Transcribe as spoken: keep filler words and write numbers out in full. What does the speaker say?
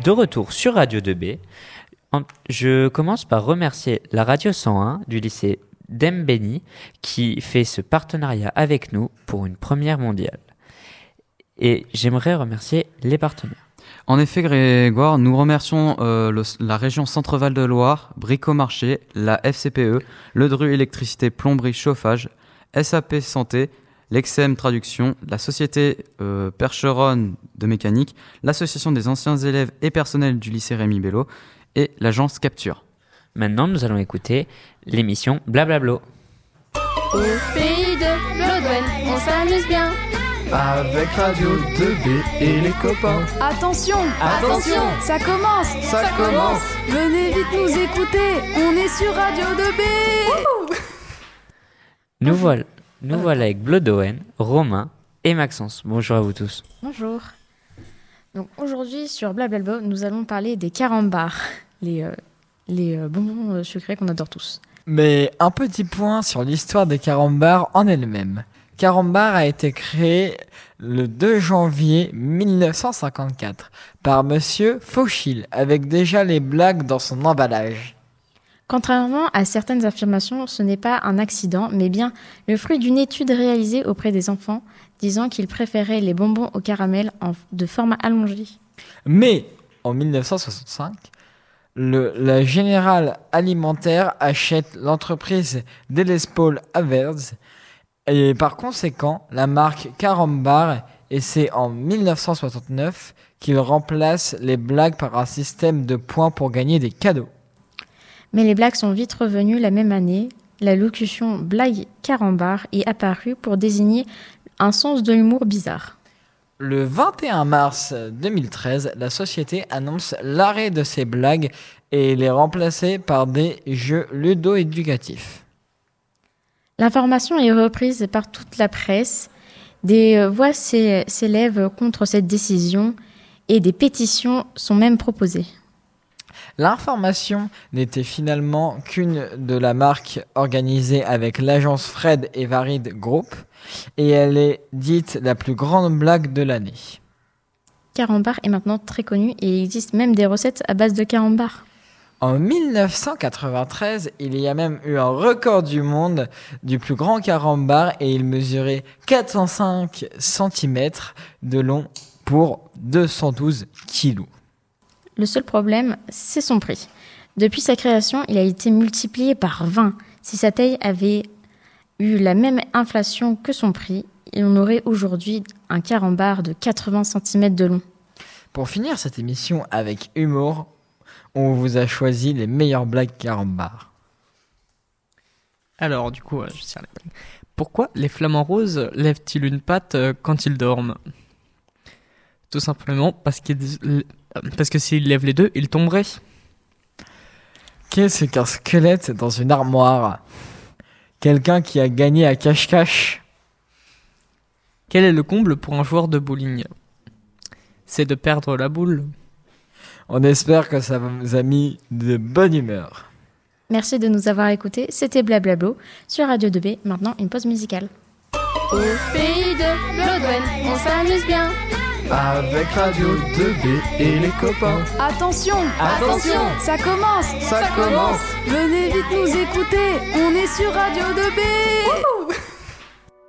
de retour sur Radio deux B. Je commence par remercier la Radio cent un du lycée d'Embeni qui fait ce partenariat avec nous pour une première mondiale. Et j'aimerais remercier les partenaires. En effet, Grégoire, nous remercions euh, le, la région Centre-Val de Loire, Bricomarché, la F C P E, Le Dru Électricité Plomberie Chauffage, S A P Santé, l'Exem Traduction, la Société euh, Percheron de Mécanique, l'Association des anciens élèves et personnels du lycée Rémi Bello et l'agence Capture. Maintenant, nous allons écouter l'émission Blablablo. Au pays de Bloodwen, on s'amuse bien. Avec Radio deux B et les copains. Attention, attention, ça commence, ça, ça commence. Venez vite nous écouter, on est sur Radio deux B. Wouhou. Nous voilà, nous voilà avec Bloodwen, Romain et Maxence. Bonjour à vous tous. Bonjour. Donc aujourd'hui sur Blablabla, nous allons parler des carambars, les, euh, les euh, bonbons euh, sucrés qu'on adore tous. Mais un petit point sur l'histoire des carambars en elle-même. Carambar a été créé le deux janvier mille neuf cent cinquante-quatre par Monsieur Fauchil, avec déjà les blagues dans son emballage. Contrairement à certaines affirmations, ce n'est pas un accident, mais bien le fruit d'une étude réalisée auprès des enfants, disant qu'ils préféraient les bonbons au caramel en, de format allongé. Mais en mille neuf cent soixante-cinq, le, la Générale Alimentaire achète l'entreprise Delespole Havertz. Et par conséquent, la marque Carambar, et c'est en mille neuf cent soixante-neuf qu'il remplace les blagues par un système de points pour gagner des cadeaux. Mais les blagues sont vite revenues la même année. La locution blague carambar est apparue pour désigner un sens de l'humour bizarre. Le vingt et un mars deux mille treize, la société annonce l'arrêt de ces blagues et les remplacer par des jeux ludo-éducatifs. L'information est reprise par toute la presse. Des voix s'élèvent contre cette décision et des pétitions sont même proposées. L'information n'était finalement qu'une de la marque organisée avec l'agence Fred et Varid Group et elle est dite la plus grande blague de l'année. Carambar est maintenant très connu et il existe même des recettes à base de carambar. En mille neuf cent quatre-vingt-treize, il y a même eu un record du monde du plus grand carambar et il mesurait quatre cent cinq centimètres de long pour deux cent douze kilos. Le seul problème, c'est son prix. Depuis sa création, il a été multiplié par vingt. Si sa taille avait eu la même inflation que son prix, on aurait aujourd'hui un carambar de quatre-vingts centimètres de long. Pour finir cette émission avec humour, on vous a choisi les meilleures blagues carambar. Alors, du coup, je tire les blagues. Pourquoi les flamants roses lèvent-ils une patte quand ils dorment ? Tout simplement parce, qu'ils... parce que s'ils lèvent les deux, ils tomberaient. Qu'est-ce qu'un squelette dans une armoire ? Quelqu'un qui a gagné à cache-cache. Quel est le comble pour un joueur de bowling ? C'est de perdre la boule. On espère que ça vous a mis de bonne humeur. Merci de nous avoir écoutés. C'était Blablablo sur Radio deux B. Maintenant, une pause musicale. Au pays de Bloodwen, on s'amuse bien. Avec Radio deux B et les copains. Attention, attention, ça commence, ça, ça commence. Venez vite nous écouter, on est sur Radio deux B. Wouhou.